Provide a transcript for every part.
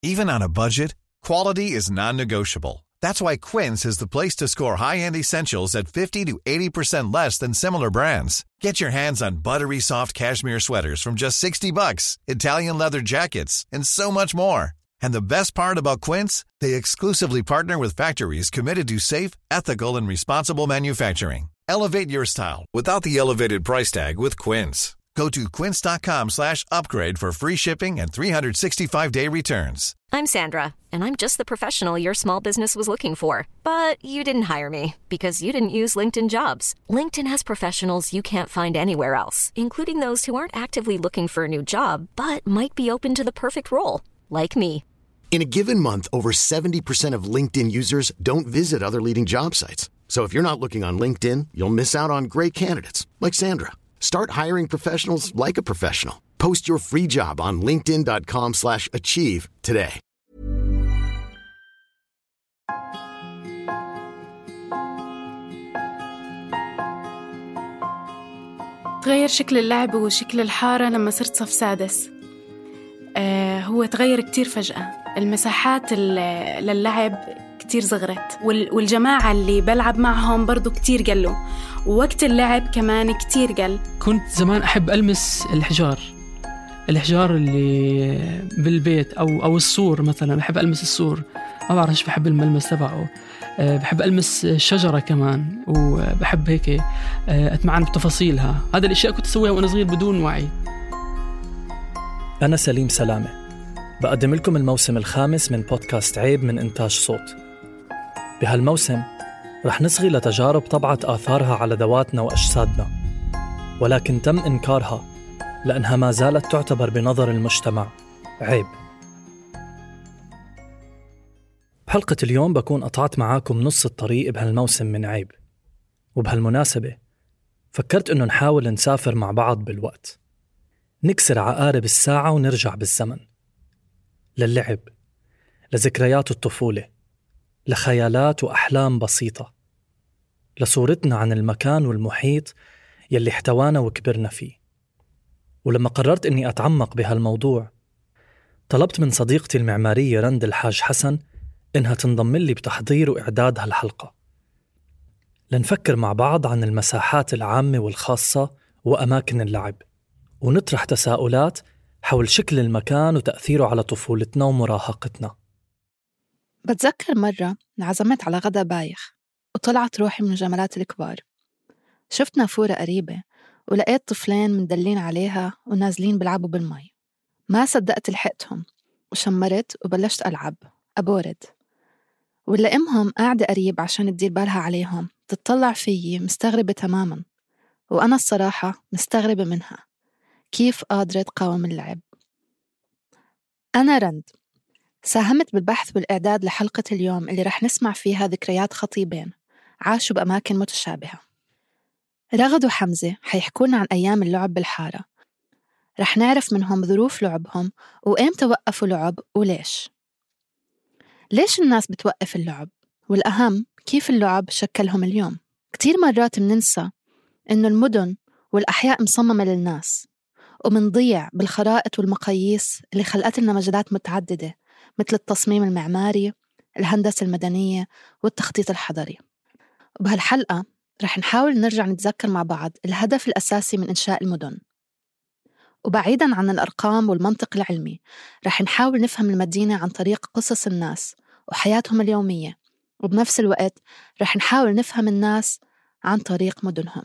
Even on a budget, quality is non-negotiable. That's why Quince is the place to score high-end essentials at 50 to 80% less than similar brands. Get your hands on buttery soft cashmere sweaters from just $60, Italian leather jackets, and so much more. And the best part about Quince, they exclusively partner with factories committed to safe, ethical, and responsible manufacturing. Elevate your style without the elevated price tag with Quince. Go to quince.com/upgrade for free shipping and 365-day returns. I'm Sandra, and I'm just the professional your small business was looking for. But you didn't hire me because you didn't use LinkedIn Jobs. LinkedIn has professionals you can't find anywhere else, including those who aren't actively looking for a new job, but might be open to the perfect role, like me. In a given month, over 70% of LinkedIn users don't visit other leading job sites. So if you're not looking on LinkedIn, you'll miss out on great candidates like Sandra. Start hiring professionals like a professional. Post your free job on linkedin.com/achieve today. تغير شكل اللعب وشكل الحارة لما صرت صف سادس. هو تغير كتير فجأة. المساحات للعب كتير صغرت، والجماعة اللي بلعب معهم برضو كتير قلوا، ووقت اللعب كمان كتير قل. كنت زمان أحب ألمس الحجار اللي بالبيت أو السور مثلا. أحب ألمس السور، ما بعرفش، بحب الملمس تبعه. بحب ألمس الشجرة كمان، وبحب هيك أتمعن بتفاصيلها. هذا الأشياء كنت أسويها وأنا صغير بدون وعي. أنا سليم سلامة، بقدم لكم الموسم الخامس من بودكاست عيب من إنتاج صوت. بهالموسم رح نصغي لتجارب طبعت آثارها على ذواتنا وأجسادنا، ولكن تم إنكارها لأنها ما زالت تعتبر بنظر المجتمع عيب. بحلقة اليوم بكون قطعت معاكم نص الطريق بهالموسم من عيب، وبهالمناسبة فكرت إنه نحاول نسافر مع بعض بالوقت، نكسر عقارب الساعة ونرجع بالزمن للعب، لذكريات الطفولة، لخيالات وأحلام بسيطة، لصورتنا عن المكان والمحيط يلي احتوانا وكبرنا فيه. ولما قررت إني أتعمق بهالموضوع، طلبت من صديقتي المعمارية رند الحاج حسن إنها تنضم لي بتحضير وإعداد هالحلقة، لنفكر مع بعض عن المساحات العامة والخاصة وأماكن اللعب، ونطرح تساؤلات حول شكل المكان وتأثيره على طفولتنا ومراهقتنا. بتذكر مرة انعزمت على غدا بايخ، وطلعت روحي من الجملات الكبار. شفت نافورة قريبة، ولقيت طفلين مندلين عليها ونازلين بلعبوا بالمي. ما صدقت لحقتهم، وشمرت وبلشت ألعب أبورد، ولا أمهم قاعدة قريب عشان تدير بالها عليهم، تتطلع فيي مستغربة تماماً. وأنا الصراحة مستغربة منها، كيف قادرة تقاوم اللعب؟ أنا رند، ساهمت بالبحث والإعداد لحلقة اليوم اللي رح نسمع فيها ذكريات خطيبين عاشوا بأماكن متشابهة. رغد وحمزة حيحكونا عن أيام اللعب بالحارة، رح نعرف منهم ظروف لعبهم وإمتى وقفوا لعب وليش. ليش الناس بتوقف اللعب؟ والأهم، كيف اللعب شكلهم اليوم؟ كتير مرات مننسى إنه المدن والأحياء مصممة للناس، ومنضيع بالخرائط والمقاييس اللي خلقت لنا مجالات متعددة مثل التصميم المعماري، الهندسة المدنية، والتخطيط الحضري. وبهالحلقة رح نحاول نرجع نتذكر مع بعض الهدف الأساسي من إنشاء المدن، وبعيداً عن الأرقام والمنطق العلمي رح نحاول نفهم المدينة عن طريق قصص الناس وحياتهم اليومية، وبنفس الوقت رح نحاول نفهم الناس عن طريق مدنهم.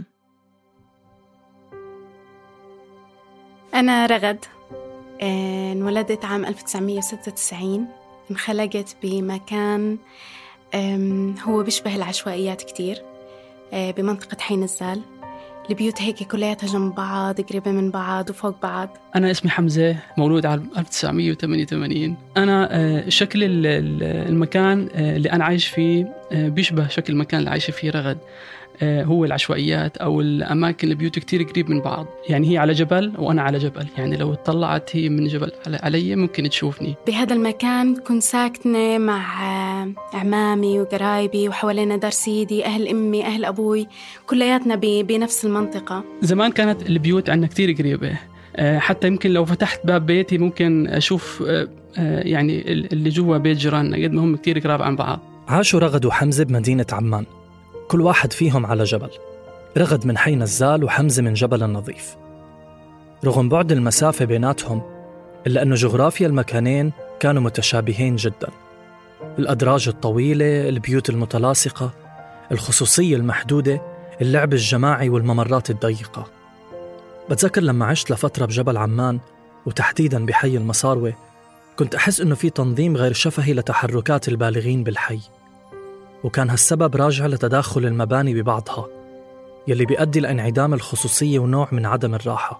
أنا رغد، انولدت عام 1996. انخلقت بمكان هو بيشبه العشوائيات كتير، بمنطقة حين الزال. البيوت هيك كلياتها جنب بعض، قريبة من بعض وفوق بعض. أنا اسمي حمزة، مولود عام 1988. أنا شكل المكان اللي أنا عايش فيه بيشبه شكل المكان اللي عايش فيه رغد. هو العشوائيات أو الأماكن البيوت كتير قريب من بعض، يعني هي على جبل وأنا على جبل، يعني لو اطلعت هي من جبل علي ممكن تشوفني. بهذا المكان كنت ساكنة مع أعمامي وقرايبي، وحوالينا دار سيدي، أهل أمي، أهل أبوي، كلياتنا بنفس المنطقة. زمان كانت البيوت عندنا كتير قريبة، حتى يمكن لو فتحت باب بيتي ممكن أشوف يعني اللي جوا بيت جيراننا، قد ما هم كتير قراب عن بعض. عاشوا رغد وحمزة بمدينة عمان، كل واحد فيهم على جبل، رغد من حي نزال وحمزة من جبل النظيف. رغم بعد المسافة بيناتهم إلا أنه جغرافيا المكانين كانوا متشابهين جداً. الأدراج الطويلة، البيوت المتلاصقة، الخصوصية المحدودة، اللعب الجماعي والممرات الضيقة. بتذكر لما عشت لفترة بجبل عمان وتحديداً بحي المصاروة، كنت أحس إنه في تنظيم غير شفهي لتحركات البالغين بالحي، وكان هالسبب راجع لتداخل المباني ببعضها يلي بيؤدي لانعدام الخصوصية ونوع من عدم الراحة.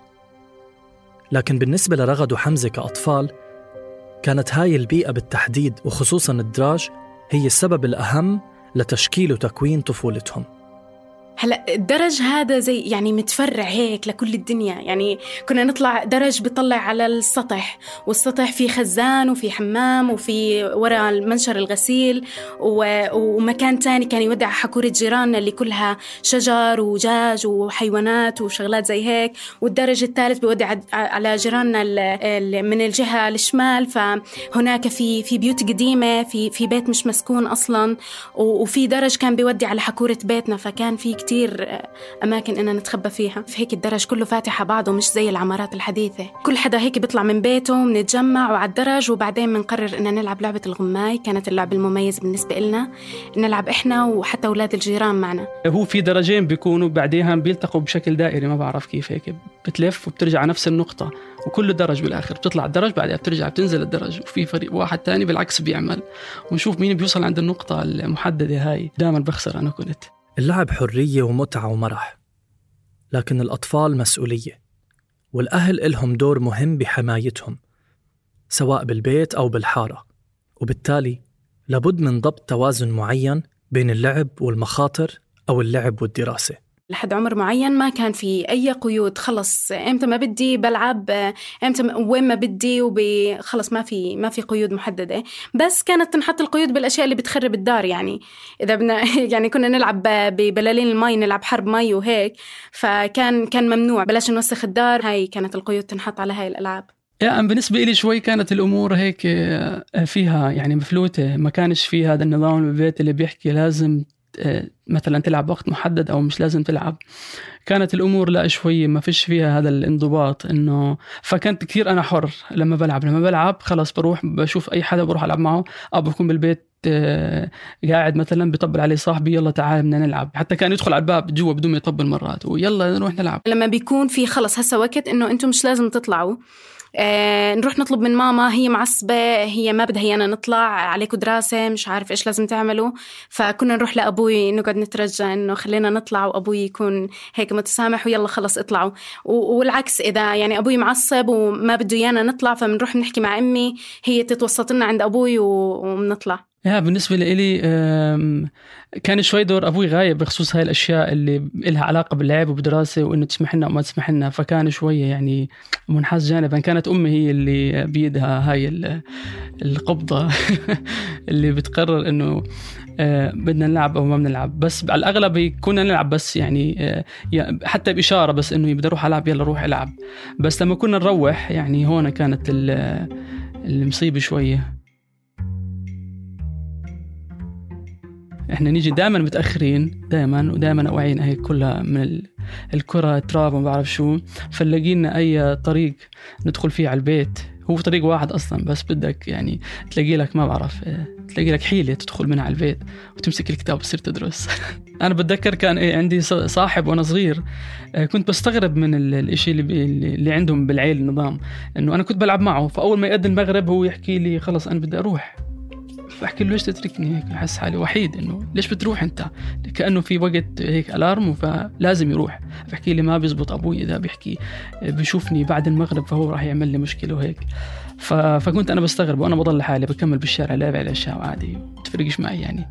لكن بالنسبة لرغد وحمزة كأطفال، كانت هاي البيئة بالتحديد وخصوصاً الدراج هي السبب الأهم لتشكيل وتكوين طفولتهم. هلا الدرج هذا زي يعني متفرع هيك لكل الدنيا، يعني كنا نطلع درج بيطلع على السطح، والسطح فيه خزان وفي حمام وفي وراء المنشر الغسيل، ومكان تاني كان يودع حكورة جيراننا اللي كلها شجر وجاج وحيوانات وشغلات زي هيك، والدرج الثالث بيودع على جيراننا من الجهة الشمال، فهناك في بيوت قديمة، في بيت مش مسكون أصلا، وفي درج كان بيودع على حكورة بيتنا، فكان في كتير أماكن إننا نتخبى فيها. في هيك الدرج كله فاتحة بعضه، مش زي العمارات الحديثة، كل حدا هيك بيطلع من بيته، بنتجمع وعلى الدرج، وبعدين بنقرر إننا نلعب لعبة الغماي. كانت اللعبة المميزة بالنسبة لنا، نلعب إحنا وحتى أولاد الجيران معنا. هو في درجين بيكونوا بعديها بيلتقوا بشكل دائري، ما بعرف كيف، هيك بتلف وبترجع نفس النقطة، وكل درج بالآخر بتطلع الدرج، بعدها بترجع بتنزل الدرج، وفي فريق واحد تاني بالعكس بيعمل، ونشوف مين بيوصل عند النقطة المحددة هاي. دائما بخسر أنا كنت. اللعب حرية ومتعة ومرح، لكن الأطفال مسؤولية، والأهل إلهم دور مهم بحمايتهم سواء بالبيت أو بالحارة، وبالتالي لابد من ضبط توازن معين بين اللعب والمخاطر أو اللعب والدراسة. لحد عمر معين ما كان في أي قيود، خلص إمتى ما بدي بلعب، إمتى وين ما بدي، خلص ما في قيود محددة، بس كانت تنحط القيود بالأشياء اللي بتخرب الدار. يعني إذا بدنا يعني كنا نلعب ببلالين المي، نلعب حرب مي وهيك، فكان ممنوع، بلاش نوسخ الدار. هاي كانت القيود تنحط على هاي الألعاب. يعني بالنسبة لي شوي كانت الأمور هيك فيها يعني مفلوتة، ما كانش في هذا النظام بالبيت اللي بيحكي لازم مثلا تلعب وقت محدد أو مش لازم تلعب. كانت الأمور لا شوي ما فيش فيها هذا الانضباط، إنه فكنت كثير أنا حر لما بلعب خلاص بروح بشوف أي حدا بروح ألعب معه، أو بكون بالبيت قاعد مثلا بيطبل علي صاحبي يلا تعال بدنا نلعب، حتى كان يدخل على الباب جوا بدون ما يطبل مرات ويلا نروح نلعب. لما بيكون في خلص هسا وقت إنه أنتم مش لازم تطلعوا، نروح نطلب من ماما، هي معصبة، هي ما بدها هينا نطلع، عليكم دراسة، مش عارف إيش لازم تعملوا، فكنا نروح لأبوي نقعد نترجى إنه خلينا نطلع، وأبوي يكون هيك متسامح ويلا خلص اطلعوا. والعكس، إذا يعني أبوي معصب وما بده يانا نطلع، فمنروح نحكي مع أمي، هي تتوسط لنا عند أبوي ومنطلع. بالنسبة لي كان شوي دور أبوي غايب بخصوص هاي الأشياء اللي إلها علاقة باللعب وبدراسة، وإنه تسمح لنا وما تسمح لنا، فكان شوية يعني منحاز جانبا. كانت أمي هي اللي بيدها هاي القبضة اللي بتقرر إنه بدنا نلعب أو ما بنلعب، بس على الأغلب كنا نلعب بس يعني حتى بإشارة بس إنه بدي أروح ألعب يلا روح ألعب. بس لما كنا نروح يعني هون كانت المصيبة شوية. احنا نيجي دائما متأخرين، ودائما أوعينا هيك كلها من الكرة تراب وما بعرف شو، فنلاقينا أي طريق ندخل فيه على البيت. هو طريق واحد أصلا، بس بدك يعني تلاقي لك ما بعرف تلاقي لك حيلة تدخل منها على البيت وتمسك الكتاب وتصير تدرس. أنا بتذكر كان عندي صاحب وأنا صغير، كنت بستغرب من الإشي اللي عندهم بالعيل النظام، إنه أنا كنت بلعب معه، فأول ما يأذن المغرب هو يحكي لي خلص أنا بدي أروح، فأحكي له ليش تتركني هيك، أحس حالي وحيد، إنه ليش بتروح أنت، كأنه في وقت هيك ألارم فلازم يروح. فأحكي لي ما بيزبط أبوي إذا بيحكي بيشوفني بعد المغرب فهو راح يعمل لي مشكلة وهيك. فكنت أنا بستغرب، وأنا بضل حالي بكمل بالشارع لعب على الأشياء عادي، تفرقش معي يعني.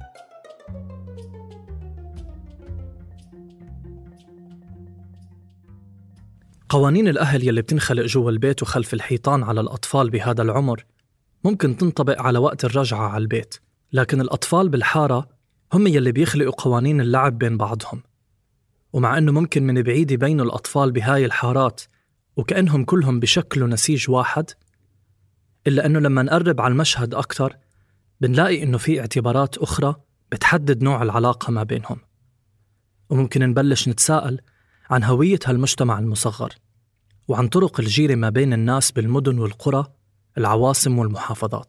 قوانين الأهل يلي بتنخلق جوا البيت وخلف الحيطان على الأطفال بهذا العمر ممكن تنطبق على وقت الرجعة على البيت، لكن الأطفال بالحارة هم يلي بيخلقوا قوانين اللعب بين بعضهم. ومع أنه ممكن من بعيد يبينوا الأطفال بهاي الحارات وكأنهم كلهم بشكلوا نسيج واحد، إلا أنه لما نقرب على المشهد أكتر بنلاقي أنه في اعتبارات أخرى بتحدد نوع العلاقة ما بينهم، وممكن نبلش نتساءل عن هوية هالمجتمع المصغر وعن طرق الجيرة ما بين الناس بالمدن والقرى، العواصم والمحافظات.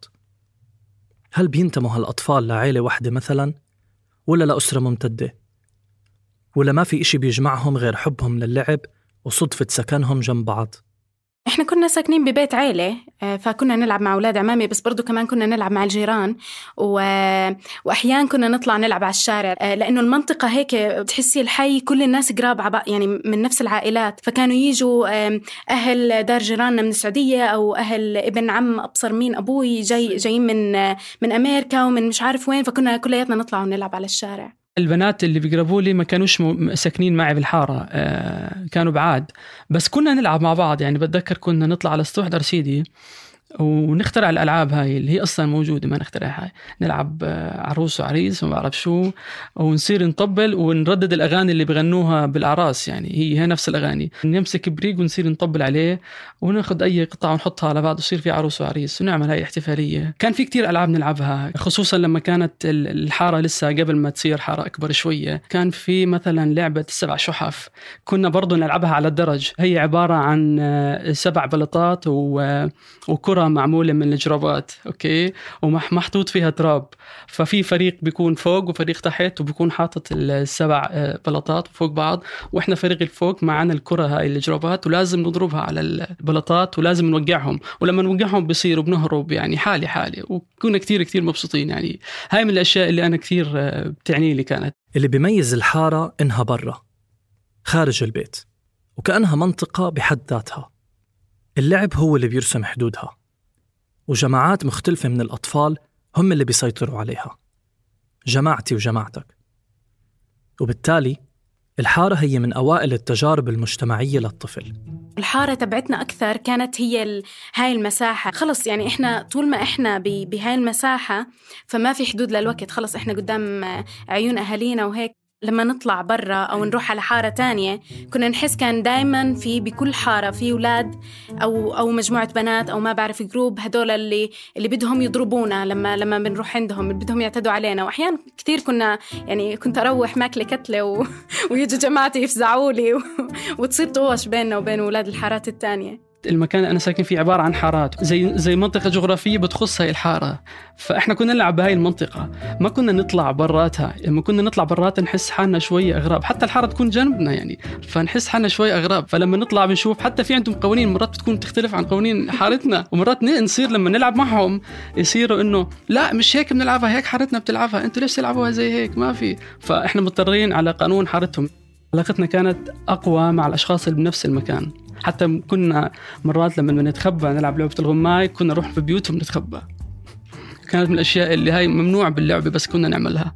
هل بينتموا هالأطفال لعائلة واحدة مثلاً، ولا لأسرة ممتدة، ولا ما في إشي بيجمعهم غير حبهم للعب وصدفة سكنهم جنب بعض؟ إحنا كنا ساكنين ببيت عيلة، فكنا نلعب مع أولاد عمامي، بس برضو كمان كنا نلعب مع الجيران وأحيان كنا نطلع نلعب على الشارع، لأنه المنطقة هيك بتحسي الحي كل الناس قراب يعني من نفس العائلات، فكانوا يجوا أهل دار جيراننا من السعودية أو أهل ابن عم أبصر مين أبوي جايين من أمريكا ومن مش عارف وين، فكنا كلياتنا نطلع ونلعب على الشارع. البنات اللي بيقربوا لي ما كانوش ساكنين معي بالحارة، كانوا بعاد، بس كنا نلعب مع بعض. يعني بتذكر كنا نطلع على سطوح درسيدي ونخترع الألعاب هاي اللي هي أصلا موجودة، ما نخترعها، نلعب عروس وعريس وما بعرف شو، ونصير نطبل ونردد الأغاني اللي بغنوها بالأعراس، يعني هي نفس الأغاني، نمسك بريق ونصير نطبل عليه وناخد أي قطعة ونحطها على بعض ويصير في عروس وعريس ونعمل هاي احتفالية. كان في كتير ألعاب نلعبها، خصوصا لما كانت الحارة لسه قبل ما تصير حارة أكبر شوية. كان في مثلا لعبة 7 شحف كنا برضو نلعبها على الدرج، هي عبارة عن 7 بلطات وكرة معمولة من الجرابات، أوكي، ومحطوط فيها تراب، ففي فريق بيكون فوق وفريق تحت وبيكون حاطط 7 بلطات فوق بعض، وإحنا فريق الفوق معنا الكرة هاي الجرابات ولازم نضربها على البلطات ولازم نوقعهم، ولما نوقعهم بيصيروا بنهرب، يعني حالي وكنا كتير مبسوطين. يعني هاي من الأشياء اللي أنا كتير بتعني لي. كانت اللي بيميز الحارة إنها برا خارج البيت، وكأنها منطقة بحد ذاتها. اللعب هو اللي بيرسم حدودها، وجماعات مختلفة من الأطفال هم اللي بيسيطروا عليها، جماعتي وجماعتك. وبالتالي الحارة هي من أوائل التجارب المجتمعية للطفل. الحارة تبعتنا أكثر كانت هي هاي المساحة، خلص يعني إحنا طول ما إحنا بهاي المساحة فما في حدود للوقت، خلص إحنا قدام عيون أهالينا وهيك. لما نطلع برا أو نروح على حارة تانية كنا نحس كان دايما بكل حارة في أولاد أو مجموعة بنات أو ما بعرف جروب، هدول اللي بدهم يضربونا لما بنروح عندهم، اللي بدهم يعتدوا علينا. وأحيان كتير كنت أروح ماكلة كتلة ويجوا جماعتي يفزعوا لي وتصير طوش بيننا وبين أولاد الحارات التانية. المكان اللي أنا ساكن فيه عبارة عن حارات، زي منطقة جغرافية بتخص هاي الحارة، فإحنا كنا نلعب بهاي المنطقة، ما كنا نطلع براتها. لما كنا نطلع براتها نحس حالنا شوية أغراب، حتى الحارة تكون جنبنا يعني، فنحس حالنا شوية أغراب. فلما نطلع بنشوف حتى في عندهم قوانين مرات بتكون تختلف عن قوانين حارتنا، ومرات نصير لما نلعب معهم يصيروا إنه لا مش هيك بنلعبها، هيك حارتنا بتلعبها، أنتوا ليش تلعبوها زي هيك؟ ما في. فإحنا مضطرين على قانون حارتهم. علاقتنا كانت أقوى مع الأشخاص اللي بنفس المكان، حتى كنا مرات لما نتخبى نلعب لعبة الغماي كنا نروح في بيوتهم نتخبى. كانت من الأشياء اللي هاي ممنوع باللعبة بس كنا نعملها.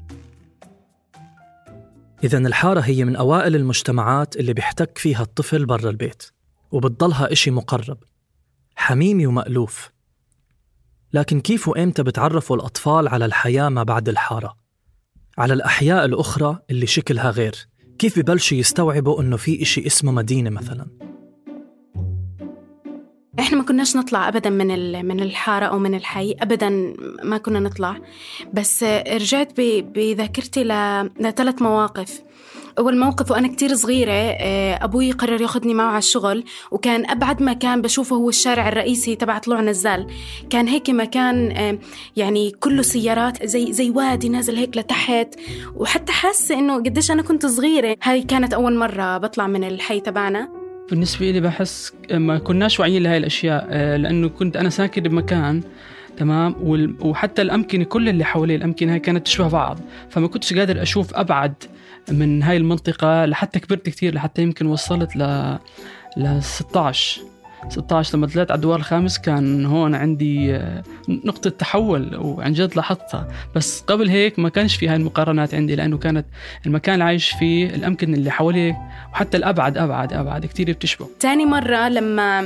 إذن الحارة هي من أوائل المجتمعات اللي بيحتك فيها الطفل برا البيت، وبتضلها إشي مقرب حميمي ومألوف. لكن كيف وإمتى بتعرفوا الأطفال على الحياة ما بعد الحارة، على الأحياء الأخرى اللي شكلها غير؟ كيف ببلشوا يستوعبوا إنه في إشي اسمه مدينة مثلاً؟ إحنا ما كناش نطلع أبداً من الحارة أو من الحي، أبداً ما كنا نطلع. بس رجعت بذاكرتي ل3 مواقف. أول موقف وأنا كتير صغيرة، أبوي قرر ياخدني معه على الشغل، وكان أبعد مكان بشوفه هو الشارع الرئيسي تبع طلوع نزال. كان هيك مكان يعني كله سيارات، زي وادي نازل هيك لتحت، وحتى حاسة إنه قديش أنا كنت صغيرة. هاي كانت أول مرة بطلع من الحي تبعنا. بالنسبة لي بحس ما كناش واعيين لهاي الأشياء، لأنه كنت أنا ساكن بمكان تمام، وحتى الأمكنة كل اللي حوالي الأمكنة هاي كانت تشبه بعض، فما كنتش قادر أشوف أبعد من هاي المنطقة. لحتى كبرت كتير، لحتى يمكن وصلت ل 16 لما طلعت على الدوار الخامس كان هون عندي نقطة تحول، وعن جد لاحظتها. بس قبل هيك ما كانش في هاي المقارنات عندي، لأنه كانت المكان اللي عايش فيه الأمكنة اللي حواليه وحتى الأبعد أبعد كتير بتشبه. تاني مرة لما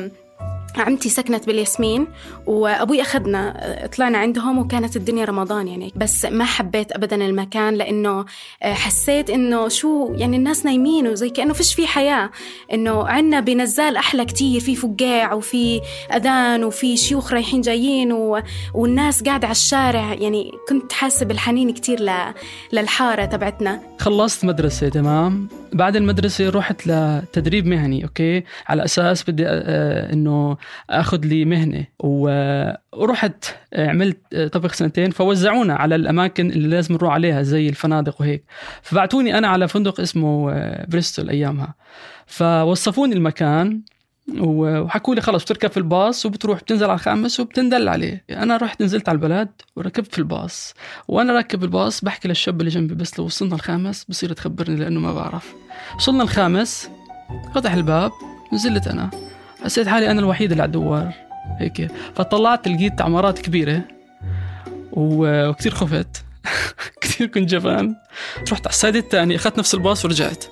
عمتي سكنت بالياسمين وأبوي أخذنا طلعنا عندهم، وكانت الدنيا رمضان يعني. بس ما حبيت أبدا المكان، لأنه حسيت إنه شو يعني الناس نايمين وزي كأنه فيش فيه حياة. إنه عنا بنزال أحلى كتير، في فقاع وفي أذان وفي شيوخ رايحين جايين والناس قاعدة على الشارع. يعني كنت حاسة بالحنين كتير للحارة تبعتنا. خلصت مدرسة تمام. بعد المدرسة رحت لتدريب مهني أوكي، على أساس بدي إنه أخذ لي مهنة، ورحت عملت طبخ 2 سنين. فوزعونا على الأماكن اللي لازم نروح عليها زي الفنادق وهيك. فبعتوني أنا على فندق اسمه بريستول أيامها. فوصفوني المكان وحكوا لي خلاص بتركب في الباص وبتروح بتنزل على الخامس وبتندل عليه. أنا رحت نزلت على البلد وركبت في الباص، وأنا راكب الباص بحكي للشاب اللي جنبي بس لو وصلنا الخامس بصير تخبرني لأنه ما بعرف. وصلنا الخامس، فتح الباب، نزلت أنا، حسيت حالي أنا الوحيد اللي على الدوار هيك. فطلعت لقيت عمارات كبيرة وكتير خفت كتير كنت جبان. رحت على السايد الثاني، أخذت نفس الباص ورجعت.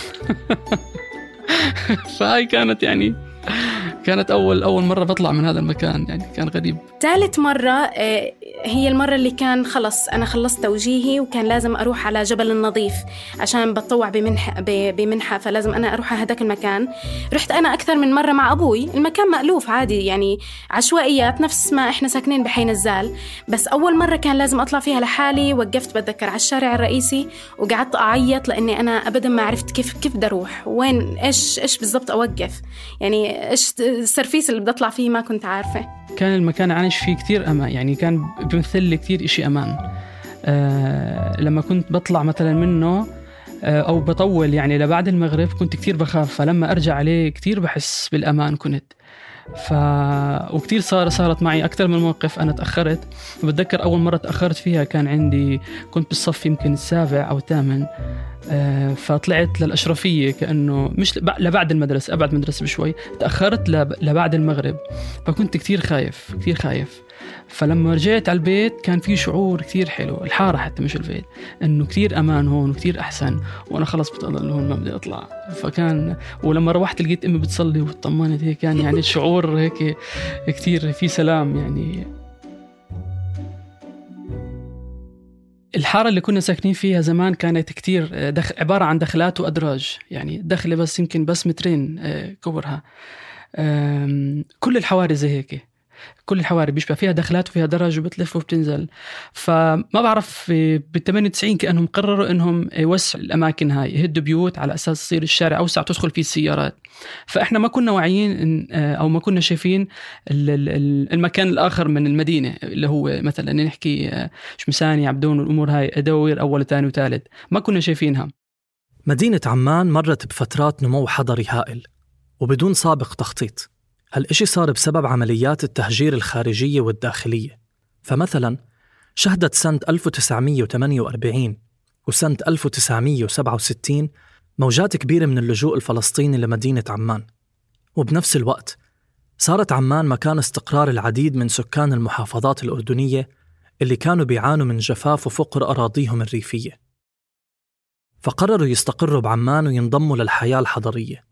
فهاي كانت أول مرة بطلع من هذا المكان، يعني كان غريب. ثالث مرة هي المرة اللي كان خلص أنا خلصت توجيهي، وكان لازم أروح على جبل النظيف عشان بتطوع بمنحة، فلازم أنا أروح على هذاك المكان. رحت أنا أكثر من مرة مع أبوي. المكان مألوف عادي يعني، عشوائيات نفس ما إحنا ساكنين بحي نزال. بس أول مرة كان لازم أطلع فيها لحالي. وقفت بتذكر على الشارع الرئيسي وقعدت أعيط، لأني أنا أبدا ما عرفت كيف بدي أروح وين، إيش بالضبط أوقف، يعني إيش السرفيس اللي بدي أطلع فيه ما كنت عارفة. كان المكان عايش فيه كتير أمان، يعني كان بيمثل لي كتير إشي أمان. لما كنت بطلع مثلا منه أو بطول يعني لبعد المغرب كنت كتير بخاف، فلما أرجع عليه كتير بحس بالأمان كنت. وكتير صارت معي أكثر من موقف. أنا تأخرت، بتذكر أول مرة تأخرت فيها كنت بالصف يمكن 7 أو 8. فطلعت للأشرفية كأنه مش لبعد المدرسة، أبعد مدرسة بشوي. تأخرت لبعد المغرب، فكنت كتير خايف. فلما رجعت على البيت كان في شعور كتير حلو، الحارة حتى مش البيت، إنه كتير أمان هون وكتير أحسن، وأنا خلاص بتضل هون ما بدي أطلع. فكان ولما روحت لقيت أمي بتصلي وطمنت هيك، كان يعني الشعور هيك كتير في سلام يعني. الحارة اللي كنا ساكنين فيها زمان كانت كتير عبارة عن دخلات وأدراج، يعني دخلة بس يمكن بس 2 متر كبرها. كل الحواري زي هيك، كل الحواري بيشبه فيها دخلات وفيها درج وبتلف وبتنزل. فما بعرف بال98 كأنهم قرروا إنهم يوسعوا الأماكن هاي، يهدوا بيوت على أساس يصير الشارع أوسع تدخل فيه السيارات. فإحنا ما كنا واعيين أو ما كنا شايفين المكان الآخر من المدينة، اللي هو مثلا نحكي شمساني، عبدون والأمور هاي، أدوير أول وثاني وثالث، ما كنا شايفينها. مدينة عمان مرت بفترات نمو حضري هائل وبدون سابق تخطيط. هالإشي صار بسبب عمليات التهجير الخارجية والداخلية. فمثلا شهدت سنة 1948 وسنة 1967 موجات كبيرة من اللجوء الفلسطيني لمدينة عمان. وبنفس الوقت صارت عمان مكان استقرار العديد من سكان المحافظات الأردنية اللي كانوا بيعانوا من جفاف وفقر أراضيهم الريفية، فقرروا يستقروا بعمان وينضموا للحياة الحضرية.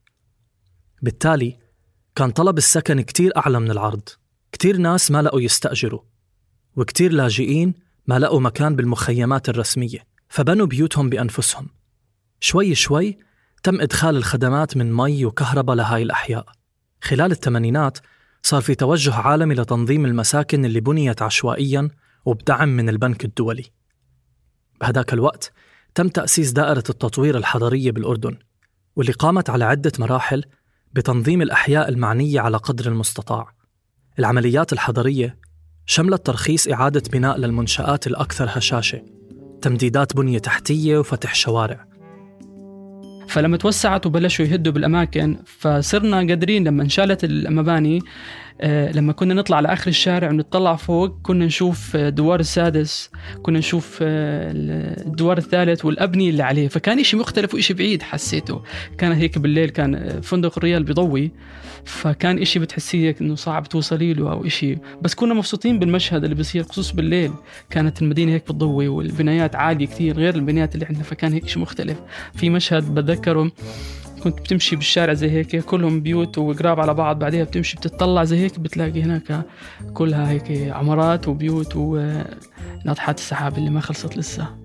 بالتالي كان طلب السكن كتير أعلى من العرض. كتير ناس ما لقوا يستأجروا، وكتير لاجئين ما لقوا مكان بالمخيمات الرسمية، فبنوا بيوتهم بأنفسهم. شوي شوي تم إدخال الخدمات من مي وكهرباء لهاي الأحياء. خلال الثمانينات صار في توجه عالمي لتنظيم المساكن اللي بنيت عشوائياً وبدعم من البنك الدولي. بهداك الوقت تم تأسيس دائرة التطوير الحضرية بالأردن، واللي قامت على عدة مراحل بتنظيم الأحياء المعنية على قدر المستطاع. العمليات الحضرية شملت ترخيص إعادة بناء للمنشآت الأكثر هشاشة، تمديدات بنية تحتية وفتح شوارع. فلما توسعت وبلشوا يهدوا بالأماكن، فصرنا قادرين لما انشالت المباني، لما كنا نطلع على آخر الشارع ونطلع فوق كنا نشوف الدوار السادس، كنا نشوف الدوار الثالث والأبنية اللي عليه. فكان إشي مختلف وإشي بعيد حسيته. كان هيك بالليل كان فندق الريال بيضوي، فكان إشي بتحسيه إنه صعب توصلي له أو إشي، بس كنا مبسوطين بالمشهد اللي بيصير خصوص بالليل. كانت المدينة هيك بتضوي والبنايات عالية كتير غير البنايات اللي عندنا، فكان هيك إشي مختلف. في مشهد بتذكره كنت بتمشي بالشارع زي هيك كلهم بيوت وقراب على بعض، بعدها بتمشي بتطلع زي هيك بتلاقي هناك كلها هيك عمارات وبيوت وناطحات السحاب اللي ما خلصت لسه.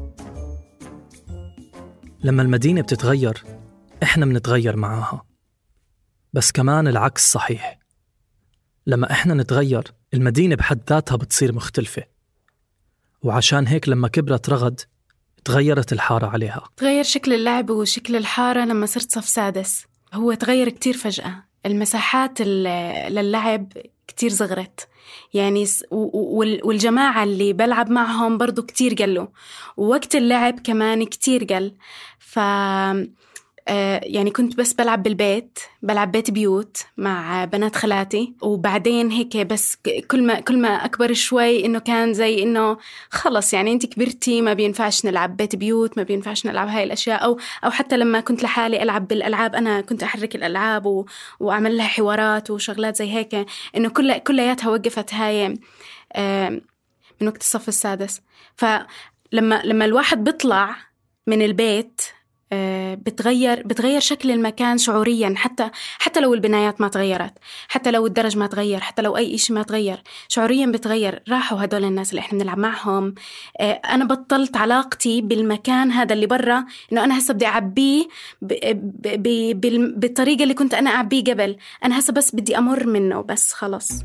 لما المدينة بتتغير إحنا بنتغير معاها، بس كمان العكس صحيح. لما إحنا نتغير المدينة بحد ذاتها بتصير مختلفة، وعشان هيك لما كبرت رغد تغيرت الحارة عليها. تغير شكل اللعب وشكل الحارة لما صرت صف سادس. هو تغير كتير فجأة، المساحات للعب كتير صغرت يعني، والجماعة اللي بلعب معهم برضو كتير قلوا، ووقت اللعب كمان كتير قل. يعني كنت بس بلعب بالبيت، بلعب بيت بيوت مع بنات خالاتي، وبعدين هيك بس كل ما أكبر شوي إنه كان زي إنه خلص يعني أنت كبرتي، ما بينفعش نلعب بيت بيوت، ما بينفعش نلعب هاي الأشياء. أو حتى لما كنت لحالي ألعب بالألعاب، أنا كنت أحرك الألعاب وأعمل لها حوارات وشغلات زي هيك، إنه كلياتها وقفت هاي من وقت الصف السادس. فلما الواحد بيطلع من البيت بتغير شكل المكان شعوريا، حتى لو البنايات ما تغيرت، حتى لو الدرج ما تغير، حتى لو أي إشي ما تغير، شعوريا بتغير. راحوا هدول الناس اللي إحنا بنلعب معهم. أنا بطلت علاقتي بالمكان هذا اللي برا، إنه أنا هسه بدي أعبيه بالطريقة اللي كنت أنا أعبيه قبل. أنا هسه بس بدي أمر منه بس خلاص.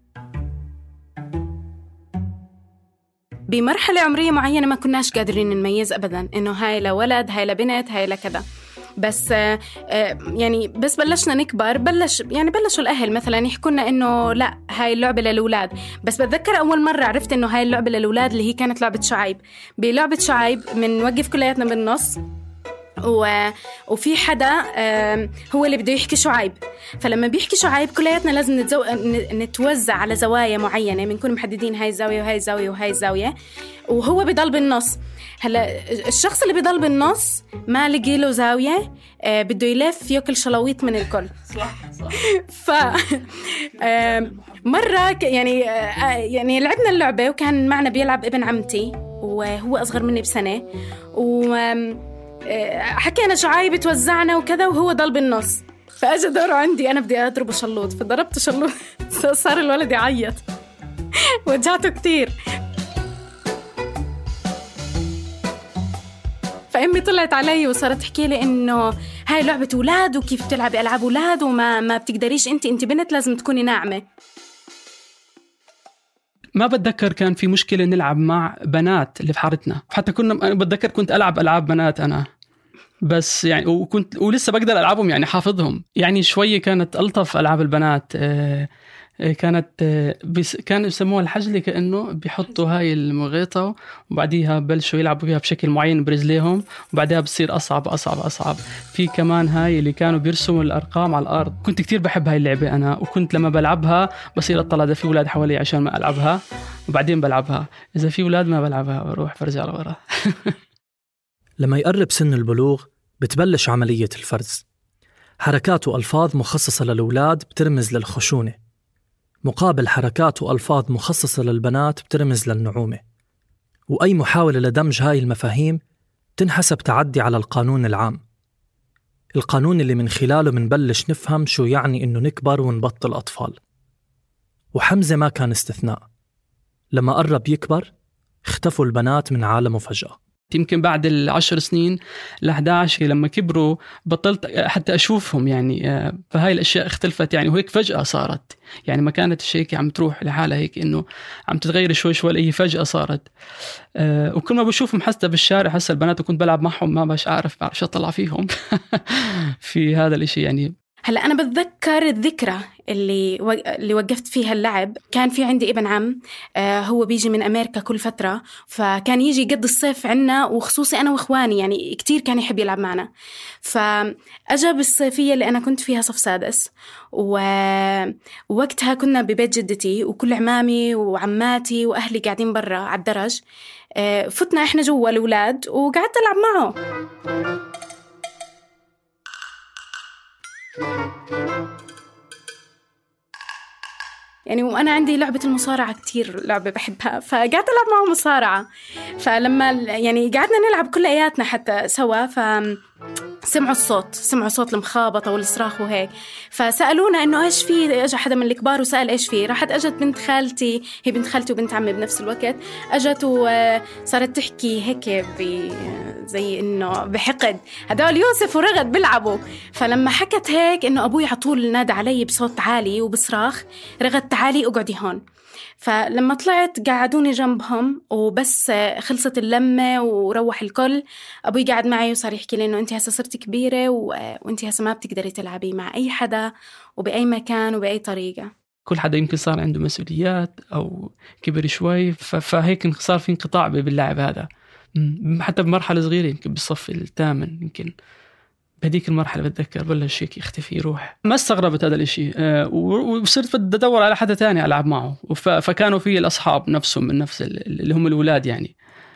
بمرحلة عمرية معينة ما كناش قادرين نميز أبداً إنه هاي لولد، هاي لبنت، هاي لكذا. بس يعني بس بلشنا نكبر، بلشوا الأهل مثلاً يحكونا إنه لا هاي اللعبة للأولاد. بس بتذكر أول مرة عرفت إنه هاي اللعبة للأولاد اللي هي كانت لعبة شعيب. بلعبة شعيب منوقف كلياتنا بالنص، وفي حدا هو اللي بده يحكي شعيب. فلما بيحكي شعيب كلياتنا لازم نتوزع على زوايا معينة، بنكون محددين هاي الزاوية وهاي الزاوية وهاي الزاوية، وهو بيضل بالنص. هلا الشخص اللي بيضل بالنص ما لقي له زاوية، بده يلف ياكل شلاويط من الكل. صح. مرة يعني لعبنا اللعبة، وكان معنا بيلعب ابن عمتي وهو أصغر مني بسنة، حكينا شعايب توزعنا وكذا، وهو ضل بالنص. فأجى دوره عندي، أنا بدي أضربه شلوط، فضربته شلوط صار الولد يعيط وجعته كتير. فأمي طلعت علي وصارت تحكي لي إنه هاي لعبة أولاد، وكيف بتلعبي ألعاب أولاد، وما بتقدريش، أنت بنت لازم تكوني ناعمة. ما بتذكر كان في مشكلة نلعب مع بنات اللي في حارتنا، حتى أنا بتذكر كنت ألعب ألعاب بنات أنا بس يعني، ولسه بقدر ألعبهم يعني حافظهم يعني شوية. كانت ألطف ألعاب البنات كانوا يسموها الحجلة، كأنه بيحطوا هاي المغيطة وبعديها بلشوا يلعبوا فيها بشكل معين برجليهم، وبعدها بصير أصعب أصعب أصعب. في كمان هاي اللي كانوا بيرسموا الأرقام على الأرض. كنت كتير بحب هاي اللعبة أنا، وكنت لما بلعبها بصير أطلع إذا في أولاد حوالي عشان ما ألعبها، وبعدين بلعبها. إذا في أولاد ما بلعبها، بروح برجع لورا. لما يقرب سن البلوغ بتبلش عملية الفرز. حركات وألفاظ مخصصة للأولاد بترمز للخشونة، مقابل حركات وألفاظ مخصصة للبنات بترمز للنعومة. وأي محاولة لدمج هاي المفاهيم تنحسب تعدي على القانون العام، القانون اللي من خلاله منبلش نفهم شو يعني إنه نكبر ونبطل أطفال. وحمزة ما كان استثناء. لما قرب يكبر اختفوا البنات من عالمه فجأة. يمكن بعد 10 سنين 11 لما كبروا بطلت حتى أشوفهم يعني. فهاي الأشياء اختلفت يعني، وهيك فجأة صارت يعني، ما كانت الشيء عم تروح لحالها هيك إنه عم تتغير شوي شوي، هي فجأة صارت. وكل ما بشوفهم حتى بالشارع هسه البنات وكنت بلعب معهم ما باش أعرف أطلع فيهم في هذا الإشي يعني. هلأ أنا بتذكر الذكرى اللي وقفت فيها اللعب. كان في عندي ابن عم، هو بيجي من أمريكا كل فترة، فكان يجي يقضي الصيف عنا، وخصوصي أنا وإخواني يعني كتير كان يحب يلعب معنا. فأجا بالصيفية اللي أنا كنت فيها صف سادس، ووقتها كنا ببيت جدتي، وكل عمامي وعماتي وأهلي قاعدين برا على الدرج. فتنا إحنا جوا الأولاد وقعدت ألعب معه. يعني وأنا عندي لعبة المصارعة كتير لعبة بحبها، فقعدت ألعب معه مصارعة. فلما يعني قعدنا نلعب كلياتنا حتى سوا، سمعوا صوت المخابطة والصراخ وهيك، فسألونا إنه إيش في. أجا حدا من الكبار وسأل إيش في. راحت أجت بنت خالتي، هي بنت خالتي وبنت عمي بنفس الوقت، أجت وصارت تحكي هيك زي إنه بحقد، هدول يوسف ورغد بيلعبوا. فلما حكت هيك إنه أبوي عطول نادى علي بصوت عالي وبصراخ: رغد تعالي اقعدي هون. فلما طلعت قعدوني جنبهم، وبس خلصت اللمة وروح الكل، أبوي قاعد معي وصار يحكي لي إنه أنت هسه صرت كبيرة وأنت هسه ما بتقدري تلعبي مع أي حدا وبأي مكان وبأي طريقة. كل حدا يمكن صار عنده مسؤوليات أو كبر شوي، فهيك صار في انقطاع باللعب هذا، حتى بمرحلة صغيرة يمكن بالصف الثامن. يمكن بهديك المرحلة بتذكر بلش هيك يختفي يروح. ما استغربت هذا الاشي، وصرت بدي أدور على حدا تاني ألعب معه. فكانوا في الأصحاب نفسهم من نفس اللي هم الأولاد يعني.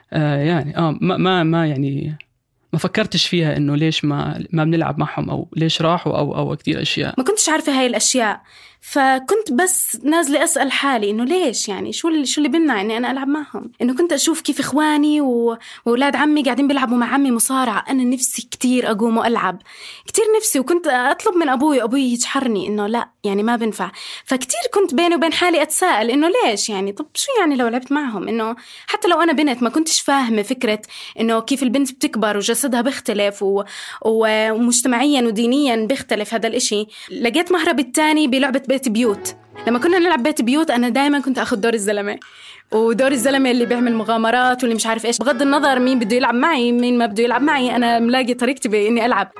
ما يعني ما فكرتش فيها إنه ليش ما بنلعب معهم أو ليش راحوا أو كتير أشياء. ما كنتش عارفة هاي الأشياء، فكنت بس نازلة أسأل حالي إنه ليش، يعني شو اللي بمنع إني أنا ألعب معهم. إنه كنت أشوف كيف إخواني وأولاد عمي قاعدين بيلعبوا مع عمي مصارعة، أنا نفسي كتير أقوم وألعب، كتير نفسي. وكنت أطلب من أبوي يجحرني إنه لا يعني ما بنفع. فكتير كنت بيني وبين حالي أتساءل إنه ليش، يعني طب شو يعني لو لعبت معهم. إنه حتى لو أنا بنت ما كنتش فاهمة فكرة إنه كيف البنت بتكبر وجسدها بيختلف ومجتمعيا ودينيا بيختلف هذا الإشي. لقيت مهرب التاني بلعبة بيت بيوت. لما كنا نلعب بيت بيوت أنا دايما كنت أخذ دور الزلمة، ودور الزلمة اللي بيعمل مغامرات واللي مش عارف إيش، بغض النظر مين بده يلعب معي مين ما بده يلعب معي، أنا ملاقي طريقتي بإني ألعب.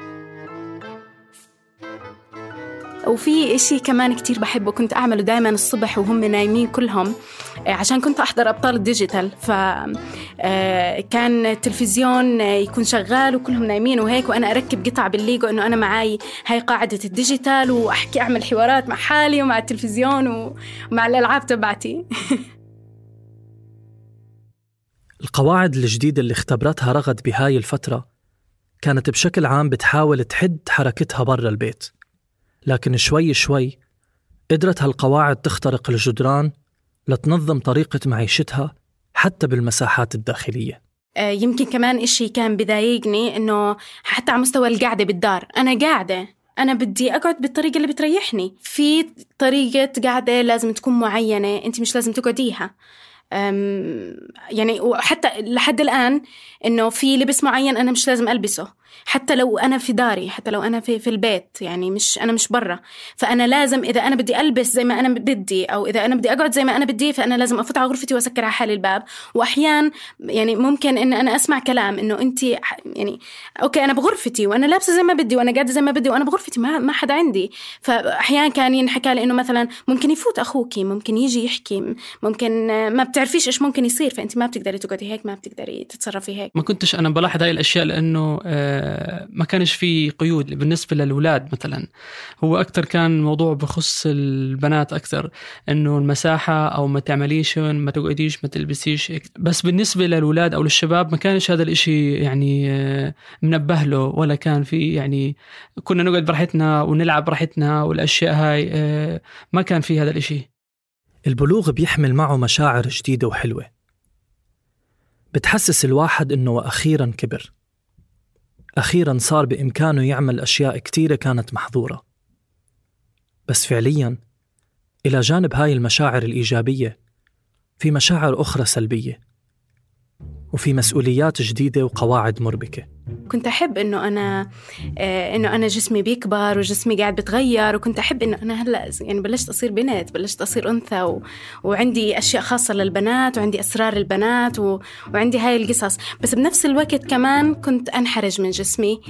وفي إشي كمان كتير بحبه كنت أعمله دايما الصبح وهم نايمين كلهم، عشان كنت أحضر أبطال الديجيتال، فكان التلفزيون يكون شغال وكلهم نايمين وهيك، وأنا أركب قطع بالليجو إنه أنا معاي هاي قاعدة الديجيتال، وأحكي أعمل حوارات مع حالي ومع التلفزيون ومع الألعاب تبعتي. القواعد الجديدة اللي اختبرتها رغد بهاي الفترة كانت بشكل عام بتحاول تحد حركتها برا البيت، لكن شوي شوي قدرت هالقواعد تخترق الجدران لتنظم طريقة معيشتها حتى بالمساحات الداخلية. يمكن كمان إشي كان بضايقني إنه حتى على مستوى القعدة بالدار، أنا قاعدة أنا بدي أقعد بالطريقة اللي بتريحني، في طريقة قعدة لازم تكون معينة، أنت مش لازم تقعديها. يعني وحتى لحد الآن إنه في لبس معين أنا مش لازم ألبسه، حتى لو أنا في داري، حتى لو أنا في البيت، يعني أنا مش برا. فأنا لازم إذا أنا بدي ألبس زي ما أنا بدي، أو إذا أنا بدي أقعد زي ما أنا بدي، فأنا لازم أفوت على غرفتي وأسكر على حالي الباب. وأحيان يعني ممكن إن أنا أسمع كلام إنه أنت يعني أوكي أنا بغرفتي وأنا لابسة زي ما بدي وأنا قاعدة زي ما بدي وأنا بغرفتي ما حدا عندي. فأحيان كان ينحكى لي إنه مثلا ممكن يفوت أخوكي، ممكن يجي يحكي، ممكن ما بتعرفيش إيش ممكن يصير، فأنت ما بتقدري تقعدي هيك، ما بتقدري تتصرفي هيك. ما كنتش أنا بلاحظ هاي الأشياء لأنه ما كانش في قيود بالنسبة للأولاد. مثلا هو أكتر كان موضوع بخص البنات أكتر، إنه المساحة أو ما تعمليش ما تقعديش ما تلبسيش. بس بالنسبة للأولاد أو للشباب ما كانش هذا الإشي يعني منبه له، ولا كان في يعني كنا نقعد براحتنا ونلعب براحتنا والأشياء هاي، ما كان في هذا الإشي. البلوغ بيحمل معه مشاعر جديدة وحلوة، بتحسس الواحد إنه أخيراً كبر، أخيراً صار بإمكانه يعمل أشياء كتيرة كانت محظورة. بس فعلياً إلى جانب هاي المشاعر الإيجابية في مشاعر أخرى سلبية، وفي مسؤوليات جديدة وقواعد مربكة. كنت أحب إنه أنا جسمي بيكبر وجسمي قاعد بتغير، وكنت أحب إنه أنا هلأ يعني بلشت أصير بنت، بلشت أصير أنثى، وعندي أشياء خاصة للبنات وعندي أسرار البنات وعندي هاي القصص. بس بنفس الوقت كمان كنت أنحرج من جسمي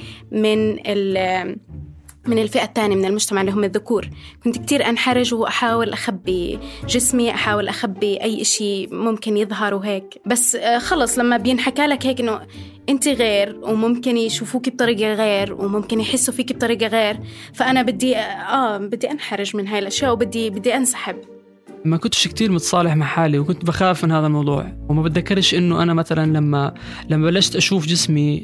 من الفئة الثانية من المجتمع اللي هم الذكور. كنت كتير أنحرج وأحاول أخبي جسمي، أحاول أخبي أي إشي ممكن يظهر وهيك. بس خلص لما بينحكى لك هيك إنه أنت غير، وممكن يشوفوك بطريقة غير، وممكن يحسوا فيك بطريقة غير، فأنا بدي أنحرج من هاي الأشياء وبدي أنسحب. ما كنتش كتير متصالح مع حالي، وكنت بخاف من هذا الموضوع، وما بتذكرش إنه أنا مثلا لما بلشت أشوف جسمي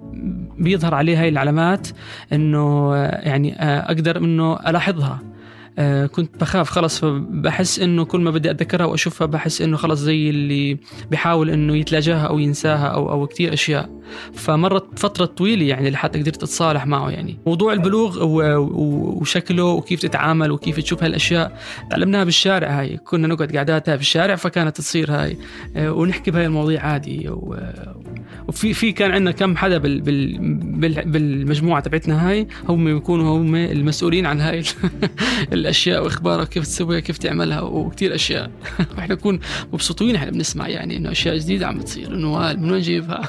بيظهر عليه هاي العلامات، إنه يعني أقدر إنه ألاحظها. كنت بخاف خلص، فبحس إنه كل ما بدي أتذكرها وأشوفها بحس إنه خلص زي اللي بيحاول إنه يتلاجاها أو ينساها أو كتير أشياء. فمرت فترة طويلة يعني لحتى قدرت أتصالح معه. يعني موضوع البلوغ وشكله وكيف تتعامل وكيف تشوف هالأشياء تعلمناها بالشارع. هاي كنا نقعد قعداتها في الشارع فكانت تصير هاي ونحكي بهاي المواضيع عادي. وفي كان عندنا كم حدا بالمجموعة تبعتنا هاي هم يكونوا هم المسؤولين عن هاي الأشياء وإخبارها كيف تسويها كيف تعملها وكتير أشياء. وإحنا نكون مبسوطين إحنا بنسمع يعني إنه أشياء جديدة عم تصير، إنه من وين نجيبها.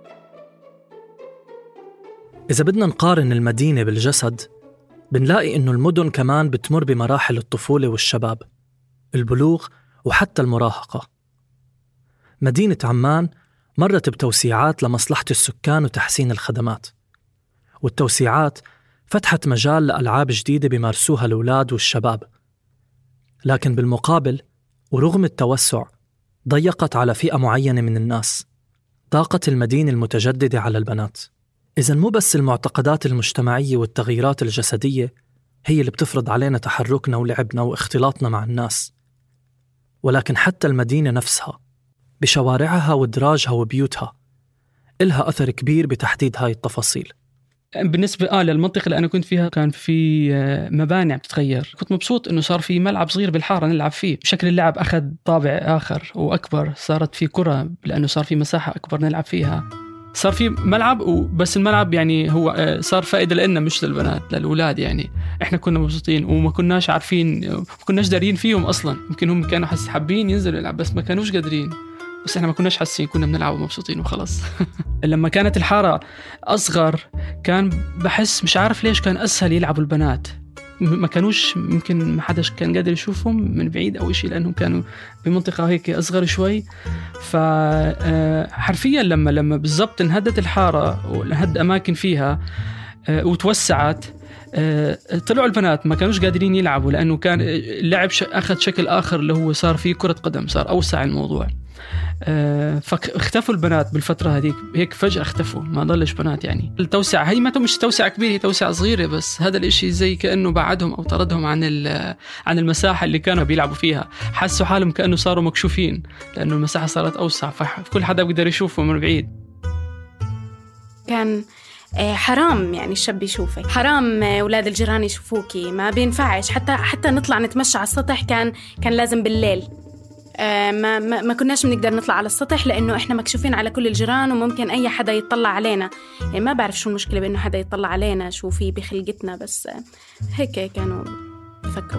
إذا بدنا نقارن المدينة بالجسد بنلاقي إنه المدن كمان بتمر بمراحل الطفولة والشباب، البلوغ وحتى المراهقة. مدينة عمان مرت بتوسيعات لمصلحة السكان وتحسين الخدمات، والتوسيعات فتحت مجال لألعاب جديدة بيمارسوها الأولاد والشباب. لكن بالمقابل ورغم التوسع ضيقت على فئة معينة من الناس، ضاقت المدينة المتجددة على البنات. إذن مو بس المعتقدات المجتمعية والتغييرات الجسدية هي اللي بتفرض علينا تحركنا ولعبنا واختلاطنا مع الناس، ولكن حتى المدينة نفسها بشوارعها ودراجها وبيوتها إلها أثر كبير بتحديد هاي التفاصيل. بالنسبة للمنطقة اللي أنا كنت فيها كان في مباني عم تتغير. كنت مبسوط إنه صار في ملعب صغير بالحارة نلعب فيه، شكل اللعب أخذ طابع آخر وأكبر، صارت في كرة لأنه صار في مساحة أكبر نلعب فيها، صار في ملعب. وبس الملعب يعني هو صار فائدة لنا مش للبنات للأولاد. يعني إحنا كنا مبسوطين وما كناش عارفين ما كناش دارين فيهم أصلا. يمكن هم كانوا حابين ينزلوا يلعب بس ما كانوش قادرين، بس إحنا ما كناش حاسين، كنا بنلعب ومبسوطين وخلاص. لما كانت الحارة أصغر كان بحس مش عارف ليش كان أسهل يلعبوا البنات، ما كانوش يمكن ما حدش كان قادر يشوفهم من بعيد أو إشي لأنهم كانوا بمنطقة هيك أصغر شوي. فحرفيا لما بالضبط انهدت الحارة وانهد أماكن فيها وتوسعت، طلعوا البنات ما كانوش قادرين يلعبوا لأنه كان اللعب أخذ شكل آخر اللي هو صار فيه كرة قدم، صار أوسع الموضوع. فاختفوا البنات بالفترة هذيك هيك فجأة اختفوا، ما ضلش بنات. يعني التوسعة هي ما مش توسعة كبيرة، هي توسعة صغيرة، بس هذا الاشي زي كأنه بعدهم أو طردهم عن المساحة اللي كانوا بيلعبوا فيها. حسوا حالهم كأنه صاروا مكشوفين لأنه المساحة صارت أوسع، فكل حدا بيقدر يشوفه من بعيد. كان حرام يعني الشاب يشوفك، حرام أولاد الجيران يشوفوكي، ما بينفعش حتى نطلع نتمشى على السطح كان لازم بالليل. ما كناش بنقدر نطلع على السطح لأنه إحنا مكشوفين على كل الجيران وممكن أي حدا يطلع علينا. يعني ما بعرف شو المشكلة بأنه حدا يطلع علينا، شو في بخلقتنا، بس هيك كانوا بفكروا.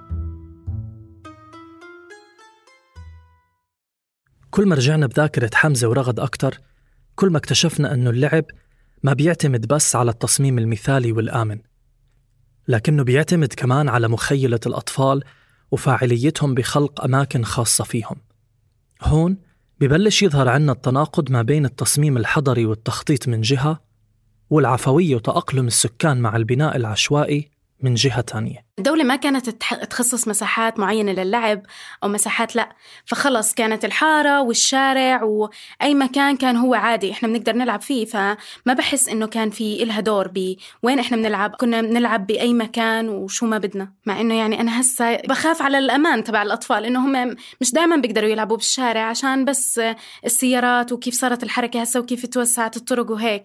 كل ما رجعنا بذاكرة حمزة ورغد أكتر، كل ما اكتشفنا أنه اللعب ما بيعتمد بس على التصميم المثالي والآمن، لكنه بيعتمد كمان على مخيلة الأطفال وفاعليتهم بخلق أماكن خاصة فيهم. هون ببلش يظهر عنا التناقض ما بين التصميم الحضري والتخطيط من جهة، والعفوية وتأقلم السكان مع البناء العشوائي من جهة تانية. الدولة ما كانت تخصص مساحات معينة للعب أو مساحات، لا، فخلص كانت الحارة والشارع وأي مكان كان هو عادي إحنا بنقدر نلعب فيه. فما بحس إنه كان في إلها دور بوين إحنا بنلعب، كنا بنلعب بأي مكان وشو ما بدنا. مع إنه يعني أنا هسا بخاف على الأمان تبع الأطفال، إنه هم مش دائما بيقدروا يلعبوا بالشارع عشان بس السيارات وكيف صارت الحركة هسا وكيف توسعت الطرق وهيك.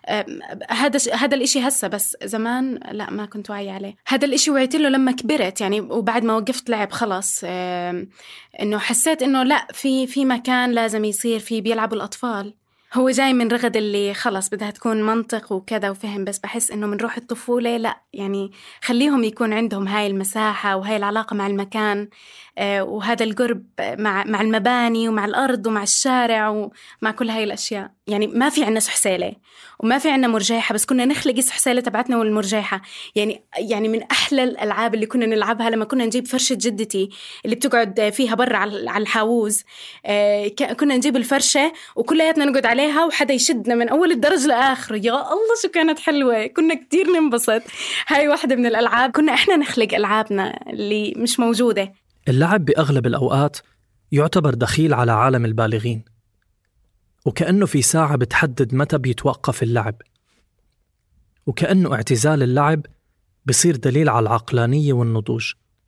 هذا الإشي هسا، بس زمان لا، ما كنت واعية عليه. هذا الإشي وعيت له لما كبرت يعني، وبعد ما وقفت لعب خلاص، إنه حسيت إنه لا، في مكان لازم يصير فيه بيلعبوا الأطفال. هو جاي من رغد اللي خلاص بدها تكون منطق وكذا وفهم، بس بحس إنه من روح الطفولة لا، يعني خليهم يكون عندهم هاي المساحة وهاي العلاقة مع المكان، وهذا القرب مع المباني ومع الأرض ومع الشارع ومع كل هاي الأشياء. يعني ما في عنا سحسالة وما في عنا مرجيحة، بس كنا نخلق السحسالة تبعتنا والمرجيحة. يعني من أحلى الألعاب اللي كنا نلعبها لما كنا نجيب فرشة جدتي اللي بتقعد فيها برا على الحاوز، كنا نجيب الفرشة وكلياتنا نقعد عليها وحدا يشدنا من أول الدرج لآخر. يا الله شو كانت حلوة، كنا كتير ننبسط. هاي واحدة من الألعاب، كنا إحنا نخلق ألعابنا اللي مش موجودة. اللعب بأغلب الأوقات يعتبر دخيل على عالم البالغين، وكأنه في ساعة بتحدد متى بيتوقف اللعب، وكأنه اعتزال اللعب بصير دليل على العقلانية والنضوج.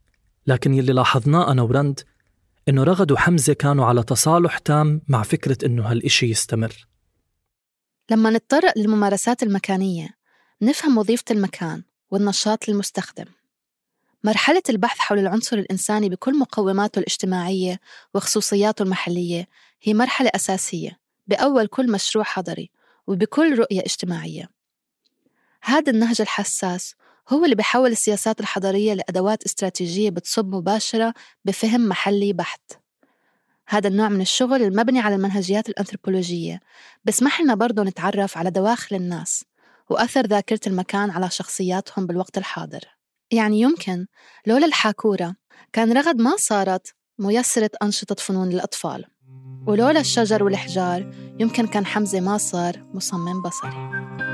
لكن يلي لاحظناه أنا ورند إنه رغد وحمزة كانوا على تصالح تام مع فكرة إنه هالإشي يستمر. لما نتطرق للممارسات المكانية نفهم وظيفة المكان والنشاط للمستخدم. مرحلة البحث حول العنصر الإنساني بكل مقوماته الاجتماعية وخصوصياته المحلية هي مرحلة أساسية بأول كل مشروع حضري وبكل رؤية اجتماعية. هذا النهج الحساس هو اللي بيحول السياسات الحضرية لأدوات استراتيجية بتصب مباشرة بفهم محلي بحت. هذا النوع من الشغل المبني على المنهجيات الأنثروبولوجية بسمح لنا برضو نتعرف على دواخل الناس وأثر ذاكرة المكان على شخصياتهم بالوقت الحاضر. يعني يمكن لولا الحاكورة كان رغد ما صارت ميسرة أنشطة فنون للأطفال، ولولا الشجر والحجار يمكن كان حمزة ما صار مصمم بصري.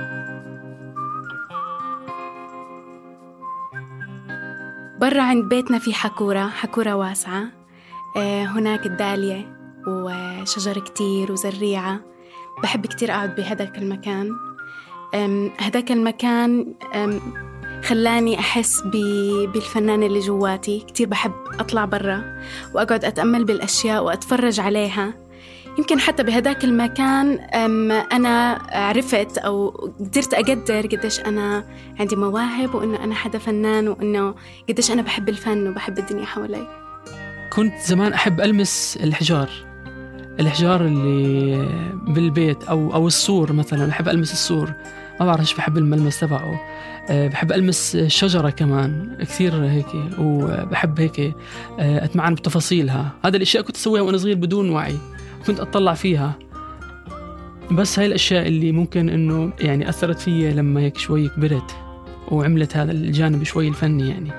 برا عند بيتنا في حكورة واسعة، هناك الدالية وشجر كتير وزريعة. بحب كتير أقعد بهداك المكان. هداك المكان خلاني أحس بالفنان اللي جواتي. كتير بحب أطلع برا وأقعد أتأمل بالأشياء وأتفرج عليها. يمكن حتى بهداك المكان أنا عرفت أو قدرت أقدر قديش أنا عندي مواهب، وإنه أنا حدا فنان، وإنه قديش أنا بحب الفن وبحب الدنيا حوالي. كنت زمان أحب ألمس الحجار اللي بالبيت أو السور مثلا. أحب ألمس السور، ما بعرفش، بحب الملمس تبعه. بحب ألمس الشجرة كمان كثير هيك، وبحب هيك أتمعن بتفاصيلها. هذا الأشياء كنت أسويها وأنا صغير بدون وعي، كنت أطلع فيها. بس هاي الأشياء اللي ممكن إنه يعني أثرت فيا لما هيك شوي كبرت وعملت هذا الجانب شوي الفني. يعني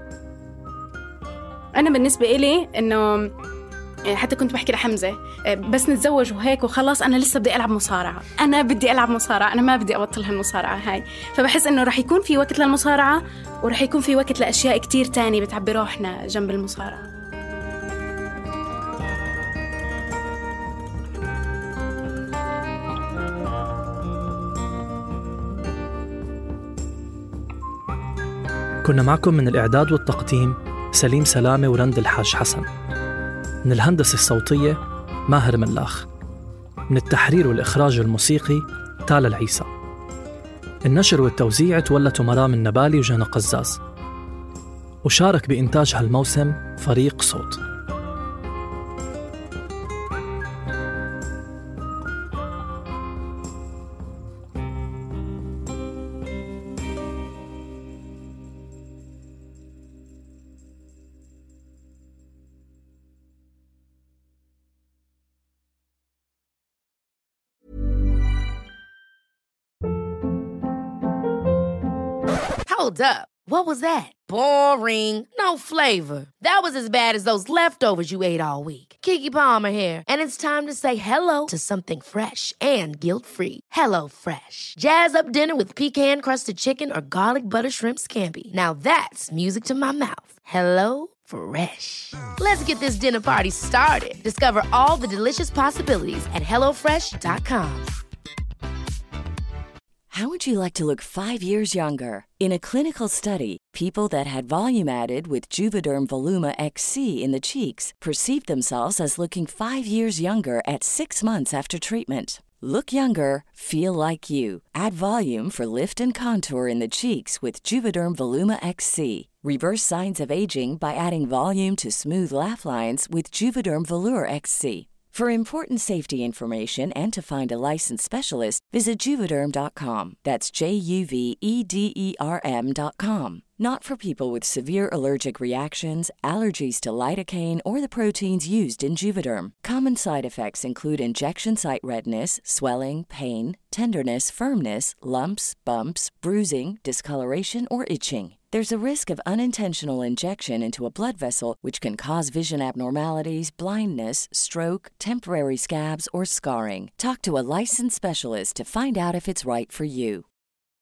أنا بالنسبة إلي إنه حتى كنت بحكي لحمزة بس نتزوج وهيك وخلاص، أنا لسه بدي ألعب مصارعة، أنا بدي ألعب مصارعة، أنا ما بدي أبطل هالمصارعة هاي. فبحس إنه رح يكون في وقت للمصارعة ورح يكون في وقت لأشياء كتير تاني بتعبي روحنا جنب المصارعة. كنا معكم من الإعداد والتقديم سليم سلامة ورند الحاج حسن، من الهندسة الصوتية ماهر ملاخ، من التحرير والإخراج الموسيقي تالا العيسى، النشر والتوزيع تولته مرام النبالي وجنى قزاز، وشارك بإنتاج هالموسم فريق صوت. Hold up. What was that? Boring. No flavor. That was as bad as those leftovers you ate all week. Keke Palmer here, and it's time to say hello to something fresh and guilt-free. Hello Fresh. Jazz up dinner with pecan-crusted chicken or garlic butter shrimp scampi. Now that's music to my mouth. Hello Fresh. Let's get this dinner party started. Discover all the delicious possibilities at HelloFresh.com. How would you like to look 5 years younger? In a clinical study, people that had volume added with Juvederm Voluma XC in the cheeks perceived themselves as looking 5 years younger at 6 months after treatment. Look younger, feel like you. Add volume for lift and contour in the cheeks with Juvederm Voluma XC. Reverse signs of aging by adding volume to smooth laugh lines with Juvederm Volure XC. For important safety information and to find a licensed specialist, visit Juvederm.com. That's JUVEDERM.com. Not for people with severe allergic reactions, allergies to lidocaine, or the proteins used in Juvederm. Common side effects include injection site redness, swelling, pain, tenderness, firmness, lumps, bumps, bruising, discoloration, or itching. There's a risk of unintentional injection into a blood vessel, which can cause vision abnormalities, blindness, stroke, temporary scabs, or scarring. Talk to a licensed specialist to find out if it's right for you.